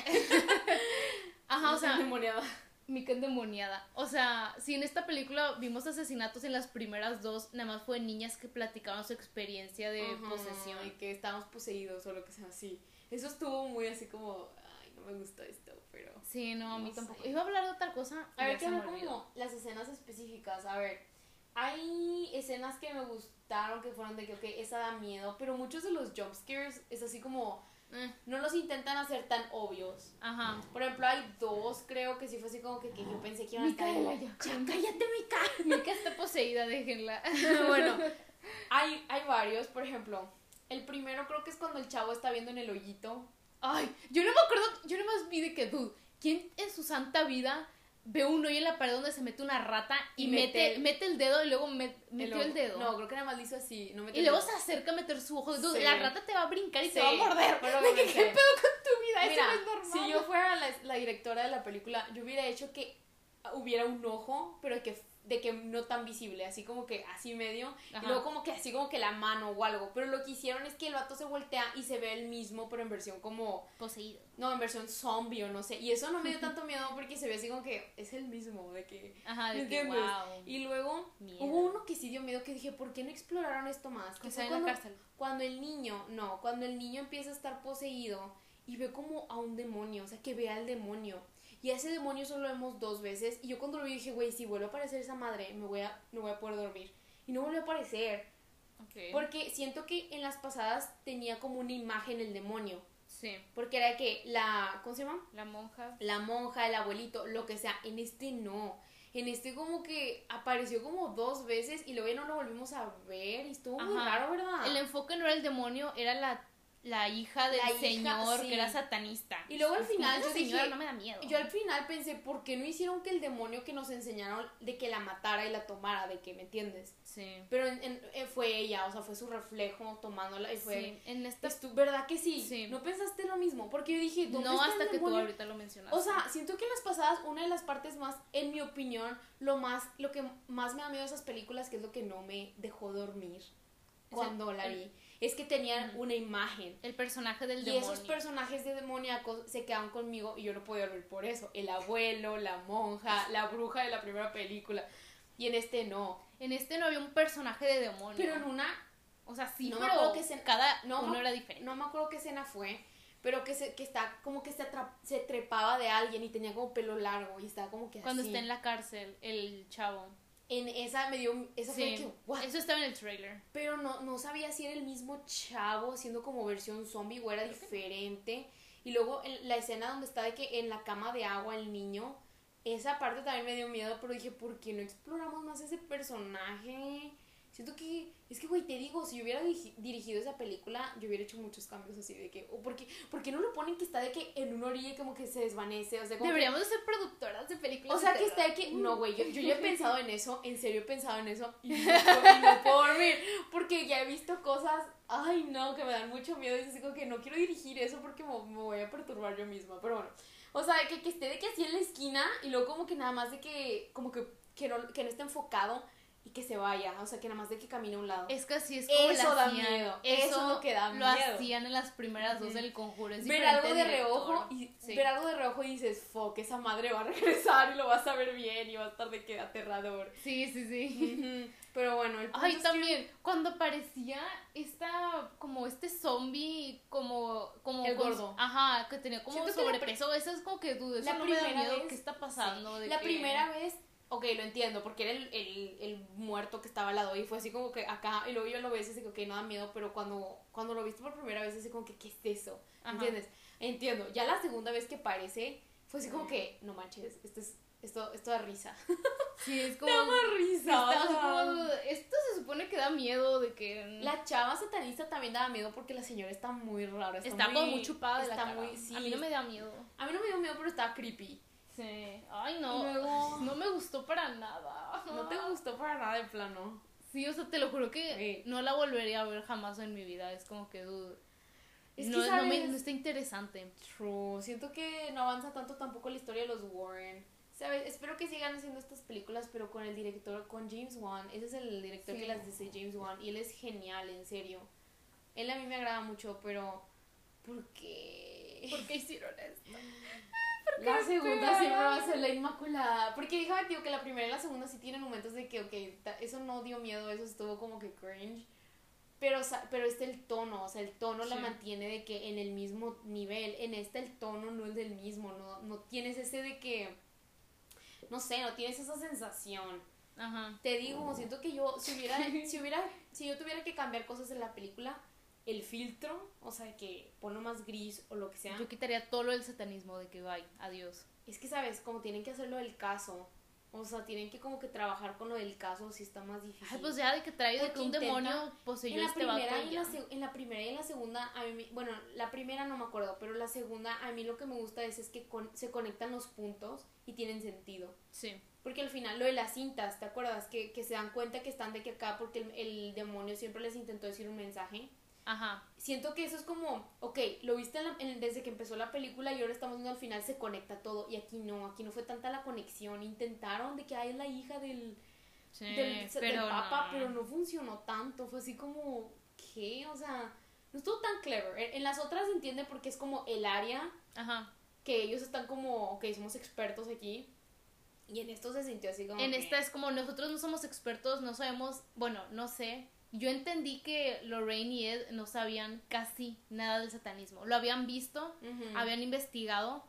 Ajá, o sea... endemoniada. Mica endemoniada. O sea, si en esta película vimos asesinatos en las primeras dos, nada más fue niñas que platicaban su experiencia de uh-huh. posesión. Y que estábamos poseídos o lo que sea así. Eso estuvo muy así como, ay, no me gustó esto, pero... Sí, no, a mí no tampoco. sé. Iba a hablar de otra cosa. A ver, que hablar como las escenas específicas. A ver, hay escenas que me gustaron, que fueron de que, ok, esa da miedo, pero muchos de los jump scares es así como... Eh. No los intentan hacer tan obvios. Ajá. Por ejemplo, hay dos, creo que sí fue así como que, que yo pensé que iban a estar... Mica, ya, cállate, Mica. Mica está poseída, déjenla. Bueno, hay, hay varios, por ejemplo... El primero creo que es cuando el chavo está viendo en el hoyito. Ay, yo no me acuerdo, yo nomás vi de que, dude, ¿quién en su santa vida ve un hoyo en la pared donde se mete una rata y, y mete, mete, el, mete el dedo y luego met, metió el, el dedo? No, creo que nada más lo hizo así. No y luego se acerca a meter su ojo. Dude, sí. La rata te va a brincar y sí, te va a morder. ¿De que, qué pedo con tu vida? Mira, eso no es normal. Si yo fuera la, la directora de la película, yo hubiera hecho que hubiera un ojo, pero que... de que no tan visible, así como que así medio, Ajá. y luego como que así como que la mano o algo, pero lo que hicieron es que el vato se voltea y se ve el mismo, pero en versión como... poseído. No, en versión zombie o no sé, y eso no me dio tanto miedo porque se ve así como que es el mismo, de que... Ajá, de ¿me que entiendes? wow. Y luego miedo. Hubo uno que sí dio miedo que dije, ¿por qué no exploraron esto más? Que fue cuando, cuando el niño, no, cuando el niño empieza a estar poseído y ve como a un demonio, o sea, que ve al demonio. Y a ese demonio solo lo vemos dos veces. Y yo cuando lo vi dije, güey, si vuelve a aparecer esa madre, me voy a, no voy a poder dormir. Y no volvió a aparecer. Okay. Porque siento que en las pasadas tenía como una imagen el demonio. Sí. Porque era que la, ¿cómo se llama? La monja. La monja, el abuelito, lo que sea. En este no. En este como que apareció como dos veces y luego ya no lo volvimos a ver y estuvo muy Ajá. raro, ¿verdad? El enfoque no era el demonio, era la, la hija del La hija, señor sí. que era satanista. Y luego al final Esa yo señora dije, no me da miedo. yo al final pensé, ¿por qué no hicieron que el demonio que nos enseñaron de que la matara y la tomara, de que, ¿me entiendes? Sí. Pero en, en, eh, fue ella, o sea, fue su reflejo tomándola y fue... Sí, en esta... Es tu, ¿verdad que sí? Sí. ¿No pensaste lo mismo? Porque yo dije, ¿dónde No está hasta el que tú demonio? ahorita lo mencionaste. O sea, siento que en las pasadas, una de las partes más, en mi opinión, lo más, lo que más me da miedo de esas películas, que es lo que no me dejó dormir cuando el, la el, vi, es que tenían uh, una imagen. El personaje del y demonio. Y esos personajes de demoníacos se quedaban conmigo y yo no podía dormir por eso. El abuelo, la monja, la bruja de la primera película. Y en este no. En este no había un personaje de demonio. Pero en una... O sea, sí, no pero me acuerdo qué escena, cada no, uno era diferente. No me acuerdo qué escena fue, pero que se, que está como que se, atrap, se trepaba de alguien y tenía como pelo largo y estaba como que Cuando así. está en la cárcel, el chavo. En esa me dio, esa Sí, fue que, what? eso estaba en el trailer. Pero no, no sabía si era el mismo chavo haciendo como versión zombie o era diferente. Y luego en la escena donde está de que en la cama de agua el niño, esa parte también me dio miedo, pero dije, ¿por qué no exploramos más ese personaje? Siento que, es que, güey, te digo, si yo hubiera dirigido esa película, yo hubiera hecho muchos cambios así de que, o porque, ¿por qué no lo ponen que está de que en una orilla como que se desvanece? O sea, como deberíamos que, ser productoras de películas. O sea, de que está de que, uh. no, güey, yo, yo ya he pensado en eso, en serio he pensado en eso, y no, y no puedo dormir, porque ya he visto cosas, ay, no, que me dan mucho miedo, y es así como que no quiero dirigir eso porque me, me voy a perturbar yo misma, pero bueno, o sea, que, que esté de que así en la esquina, y luego como que nada más de que, como que, que no, que no esté enfocado, y que se vaya, o sea, que nada más de que camine a un lado. Es que así es como eso lo da hacían. miedo, eso, eso es lo que da lo miedo. Lo hacían en las primeras dos del Conjuro. Es ver algo de director. reojo y sí. ver algo de reojo y dices, fuck, esa madre va a regresar y lo vas a ver bien y va a estar de que aterrador. Sí, sí, sí. Uh-huh. Pero bueno, el punto Ay, es también, que... cuando aparecía esta, como este zombie, como, como el con, gordo. Ajá, que tenía como Siento sobrepeso, pre- eso es como que dudo, eso la no me da miedo, vez, ¿qué está pasando? Sí. De la que... primera vez, ok, lo entiendo, porque era el, el, el muerto que estaba al lado y fue así como que acá, y luego yo lo ves y así como que no da miedo, pero cuando, cuando lo viste por primera vez, así como que, ¿qué es eso? Ajá. ¿Entiendes? Entiendo, ya la segunda vez que aparece, fue así como que, no manches, esto es... Esto, esto da risa. Sí, es como... Da más risa. Está, como, esto se supone que da miedo de que... La chava satanista también daba miedo porque la señora está muy rara. Está, está muy, como muy chupada de está la cara. Muy, sí, a mí no me da miedo. A mí no me dio miedo, pero estaba creepy. Sí. Ay, no. Luego, no me gustó para nada. No te gustó para nada de plano. Sí, o sea, te lo juro que sí. no la volvería a ver jamás en mi vida. Es como que... Dude, es no, que, ¿sabes? no, me, no está interesante. True. Siento que no avanza tanto tampoco la historia de los Warren. ¿Sabes? Espero que sigan haciendo estas películas, pero con el director, con James Wan. Ese es el director sí. que las dice, James Wan. Y él es genial, en serio. Él a mí me agrada mucho, pero... ¿Por qué? ¿Por qué hicieron esto? La segunda siempre va a ser la inmaculada. Porque déjame tío que la primera y la segunda sí tienen momentos de que, ok, ta, eso no dio miedo, eso estuvo como que cringe. Pero, o sea, pero este el tono, o sea, el tono sí. la mantiene de que en el mismo nivel. En este el tono no es del mismo, no, no tienes ese de que... No sé, no tienes esa sensación. Ajá. Te digo, siento que yo, si hubiera, si hubiera, si yo tuviera que cambiar cosas en la película, el filtro, o sea, que ponlo más gris o lo que sea. Yo quitaría todo lo del satanismo, de que bye, adiós. Es que, ¿sabes? Como tienen que hacerlo del caso. O sea, tienen que como que trabajar con lo del caso, si está más difícil. Ay, pues ya de que trae de que un intenta, demonio poseyó en la este primera vato y en la, en la primera y en la segunda, a mí, bueno, la primera no me acuerdo, pero la segunda, a mí lo que me gusta es, es que con, se conectan los puntos y tienen sentido. Sí. Porque al final lo de las cintas, ¿te acuerdas? Que, que se dan cuenta que están de que acá porque el, el demonio siempre les intentó decir un mensaje. Ajá. Siento que eso es como, ok, lo viste en la, en, desde que empezó la película y ahora estamos viendo al final se conecta todo. Y aquí no, aquí no fue tanta la conexión. Intentaron de que hay la hija del, sí, del, pero del papa, no. pero no funcionó tanto. Fue así como, ¿qué? O sea, no estuvo tan clever. En, en las otras se entiende porque es como el área. Ajá. Que ellos están como, ok, somos expertos aquí. Y en esto se sintió así como... En que... esta es como, nosotros no somos expertos, no sabemos, bueno, no sé. Yo entendí que Lorraine y Ed no sabían casi nada del satanismo. Lo habían visto, uh-huh. habían investigado,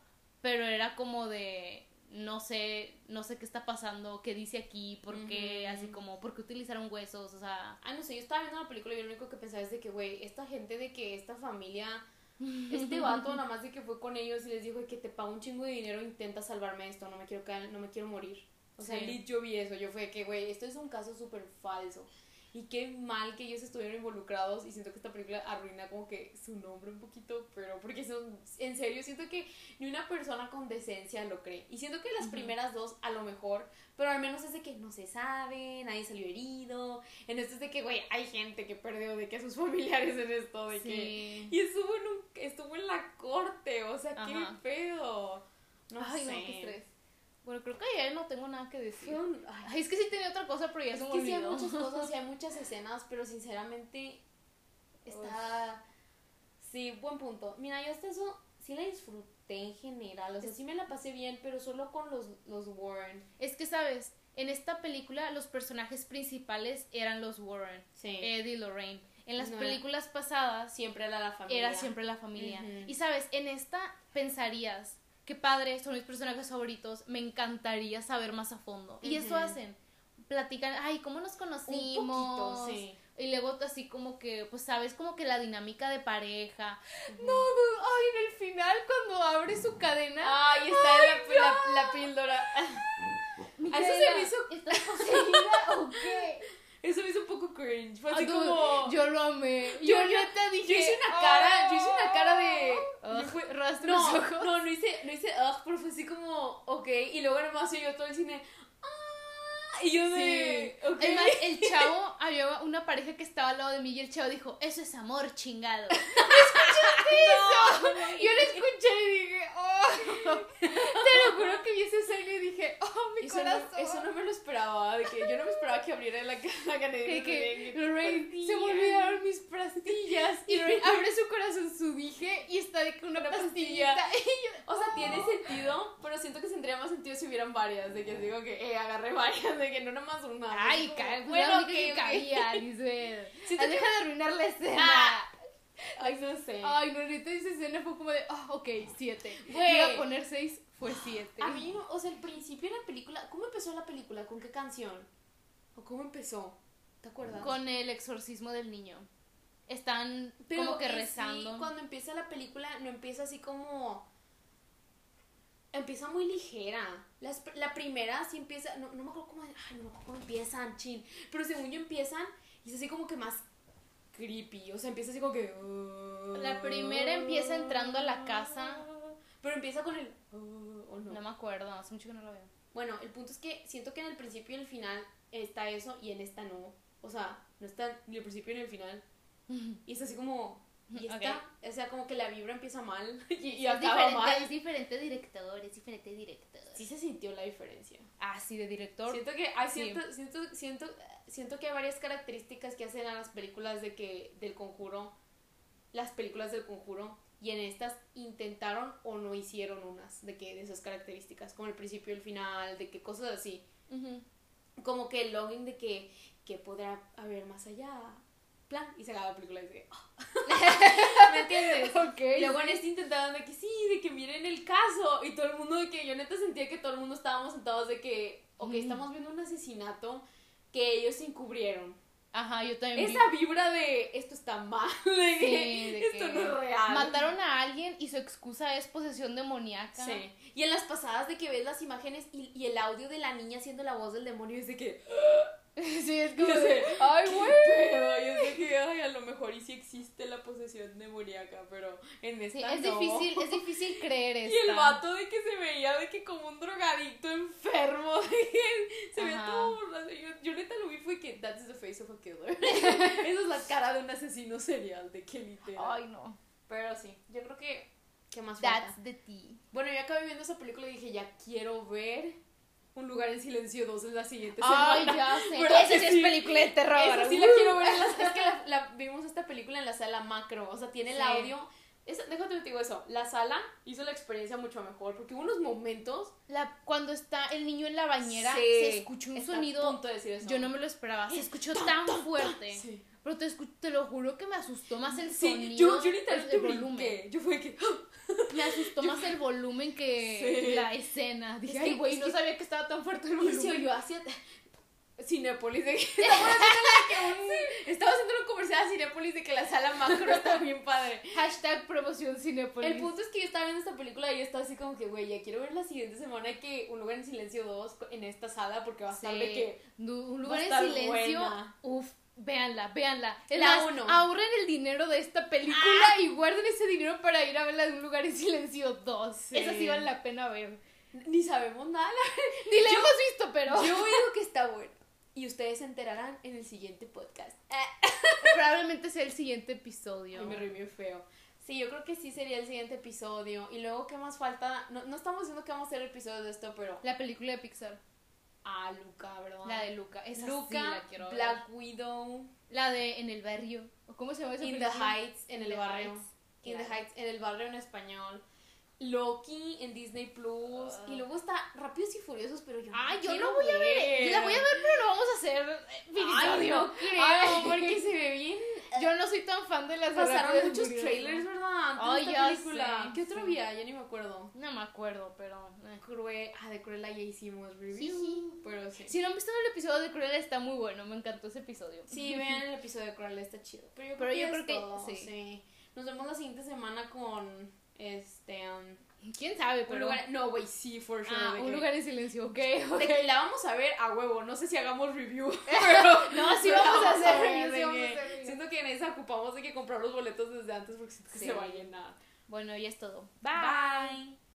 pero era como de no sé, no sé qué está pasando, qué dice aquí, por qué, uh-huh. así como, por qué utilizaron huesos, o sea... Ah, no sé, yo estaba viendo la película y lo único que pensaba es de que, güey, esta gente de que esta familia, este vato nada más de que fue con ellos y les dijo que te pago un chingo de dinero, intenta salvarme esto, no me quiero caer, no me quiero morir. O sea, sí. yo vi eso, yo fue que, güey, esto es un caso súper falso. Y qué mal que ellos estuvieron involucrados y siento que esta película arruina como que su nombre un poquito, pero porque son, en serio, siento que ni una persona con decencia lo cree. Y siento que las uh-huh. primeras dos a lo mejor, pero al menos es de que no se sabe, nadie salió herido. En esto es de que, güey, hay gente que perdió de que a sus familiares en esto, de sí. que... Y estuvo en, un, estuvo en la corte, o sea, Ajá. qué pedo. No Ay, sé. no, qué estrés. Bueno, creo que ya no tengo nada que decir. Un... Ay, es que sí tenía otra cosa, pero ya se me olvidó. Es que sí hay muchas cosas y hay muchas escenas, pero sinceramente está... Uf. Sí, buen punto. Mira, yo hasta eso sí la disfruté en general, o sea, es... sí me la pasé bien, pero solo con los, los Warren. Es que, ¿sabes? En esta película los personajes principales eran los Warren, sí. Eddie y Lorraine. En las no, películas pasadas... Siempre era la familia. Era siempre la familia. Uh-huh. Y, ¿sabes? En esta pensarías... Qué padre, son mis personajes favoritos, me encantaría saber más a fondo. Uh-huh. Y eso hacen, platican, ay, ¿cómo nos conocimos? Un poquito, sí. Y luego así como que, pues, ¿sabes? Como que la dinámica de pareja. Uh-huh. No, no, ay, en el final cuando abre su cadena. Ay, está ay, la, no. la, la píldora. Micaela, eso se me hizo... ¿Estás poseída o qué? Eso me hizo un poco cringe. Fue así como... Yo lo amé. Yo, yo neta dije... Yo hice una cara... Oh, yo hice una cara de... Uh, fue, no, no, no hice... No hice... Ugh, pero fue así como... Ok. Y luego nomás yo todo el cine... Ah, y yo de... Sí. Okay. Además, el chavo... Había una pareja que estaba al lado de mí y el chavo dijo... Eso es amor, chingado. ¿Escuchaste eso? No, no, yo lo escuché y dije... Oh. Te lo juro que vi esa escena y dije... Oh, mi eso corazón. No, eso no me lo esperaba. De que yo no me esperaba que abriera la caja de que Lorraine, se me olvidaron mis pastillas. Y Lorraine abre su corazón, su dije, y está de que una, una pastillita. pastilla. Yo, o sea, oh. tiene sentido, pero siento que tendría más sentido si hubieran varias. De que digo que, eh, agarré varias, de que no nada más una. Ay, como, bueno, que okay, cabía, Lisbeth. Deja de arruinar la escena. Ah. Ay, no sé. Ay, no, ahorita esa escena fue como de, oh, ok, siete. Voy a poner seis, fue siete. A mí, o sea, el principio de la película, ¿cómo empezó la película? ¿Con qué canción? ¿O cómo empezó? ¿Te acuerdas? Con el exorcismo del niño. Están Pero como que rezando. Sí, cuando empieza la película, no empieza así como... Empieza muy ligera. Las, la primera sí empieza... No, no me acuerdo cómo... Ay, no me acuerdo cómo empiezan, chin. Pero según yo empiezan, y es así como que más... creepy, o sea, empieza así como que... Uh, la primera empieza entrando a la casa. Pero empieza con el... Uh, ¿o no? No me acuerdo, hace mucho que no lo veo. Bueno, el punto es que siento que en el principio y el final está eso y en esta no. O sea, no está ni el principio ni el final. Y es así como... Y está, okay. O sea, como que la vibra empieza mal y, y es acaba mal. Es diferente director, es diferente director. Sí se sintió la diferencia. Ah, sí, de director. Siento que... Ay, siento, sí. siento, siento, siento que hay varias características que hacen a las películas de que del Conjuro, las películas del Conjuro, y en estas intentaron o no hicieron unas de que de esas características, como el principio y el final, de que cosas así. Uh-huh. Como que el longing de que, que podrá haber más allá, plan, y se acaba la película y dice, oh. ¿Me entiendes? Okay, luego sí. En este intentaron de que sí, de que miren el caso, y todo el mundo de que yo neta sentía que todo el mundo estábamos sentados de que, ok, uh-huh. estamos viendo un asesinato que ellos encubrieron. Ajá, yo también Esa vi. vibra de esto está mal, de sí, que de esto que no es real. Mataron a alguien y su excusa es posesión demoníaca. Sí. Y en las pasadas de que ves las imágenes y, y el audio de la niña haciendo la voz del demonio es de que... Sí, es como de, ay, güey. Pero yo sé que ay, a lo mejor y sí existe la posesión demoníaca, pero en esta sí, es no. difícil, es difícil creer esto. Y el vato de que se veía de que como un drogadicto enfermo, de que se veía todo, yo, yo neta lo vi fue que that's the face of a killer. Esa es la cara de un asesino serial, de que literal. Ay, no. Pero sí, yo creo que ¿qué más falta? That's the tea. Bueno, yo acabé viendo esa película y dije, ya quiero ver Un lugar en silencio dos en la siguiente semana. Ay, ya sé. Esa sí es película de terror. Esa sí la quiero ver en las... Es que la, la, vimos esta película en la sala macro. O sea, tiene el sí. audio. Es, déjate te digo eso. La sala hizo la experiencia mucho mejor. Porque hubo unos momentos... La, cuando está el niño en la bañera, sí, se escuchó un está sonido... A punto de decir eso. Yo no me lo esperaba. Se escuchó tan fuerte. Sí. Pero te, escu- te lo juro que me asustó más el Sí, sonido. yo, yo literalmente el volumen. brinqué. Yo fue que... Me asustó más el volumen que Sí. la escena. Dije, Es que- ay, güey, es no que- sabía que estaba tan fuerte el Y volumen. se oyó hacia... Cinépolis, de que estamos haciendo la que un... Estaba haciendo un comercial a Cinépolis de que la sala macro está bien padre. Hashtag promoción Cinépolis. El punto es que yo estaba viendo esta película y yo estaba así como que, güey, ya quiero ver la siguiente semana que Un Lugar en Silencio dos en esta sala porque va a estar Sí. de que... Du- Un va lugar a en estar silencio. buena. Uf, véanla, véanla. Es La más, uno. ahorren el dinero de esta película y guarden ese dinero para ir a verla de Un Lugar en Silencio dos. Sí. Esa sí vale la pena ver. Ni sabemos nada. Ni la Yo- hemos visto, pero Yo digo que está bueno. Y ustedes se enterarán en el siguiente podcast. probablemente sea el siguiente episodio. Ay, me reí bien feo. Sí, yo creo que sí sería el siguiente episodio. Y luego, ¿qué más falta? No, no estamos diciendo que vamos a hacer episodios de esto, pero... La película de Pixar. Ah, Luca, ¿verdad? La de Luca. Esa Luca, sí la quiero ver. Black Widow, La de En el barrio. ¿O cómo se llama esa In the película? Heights, en In el the barrio. Heights, In the claro. Heights, en el barrio en español. Loki en Disney Plus. Ah. Y luego está Rápidos y Furiosos, pero yo no Ay, yo quiero no voy a ver. Yo la voy a ver, pero no vamos a hacer eh, Ay, episodio. no creo, Ay. porque se ve bien. Yo no soy tan fan de las de Pasaron Rápidos y muchos Furiosos. trailers, ¿verdad? Antes Ay, de esta ya película. sé, ¿Qué otro sí. había? Ya ni me acuerdo. No me acuerdo, pero... eh. Cruel, ah, de Cruella ya hicimos review. Sí. Pero sí. Si no han visto el episodio de Cruella, está muy bueno. Me encantó ese episodio. Sí, vean el episodio de Cruella, está chido. Pero yo Pero creo yo que, creo es que todo, sí. sí. Nos vemos la siguiente semana con este um, ¿Quién sabe? un Pero... lugar, no, güey, sí, for sure. Ah, de un que- lugar en silencio, ok, ok. de que la vamos a ver a huevo, no sé si hagamos review, pero No, sí pero vamos a hacer ver, review, de sí vamos a que hacer review. siento que en esa ocupamos de que comprar los boletos desde antes porque siento que Sí. se va a llenar. Bueno, ya es todo. Bye.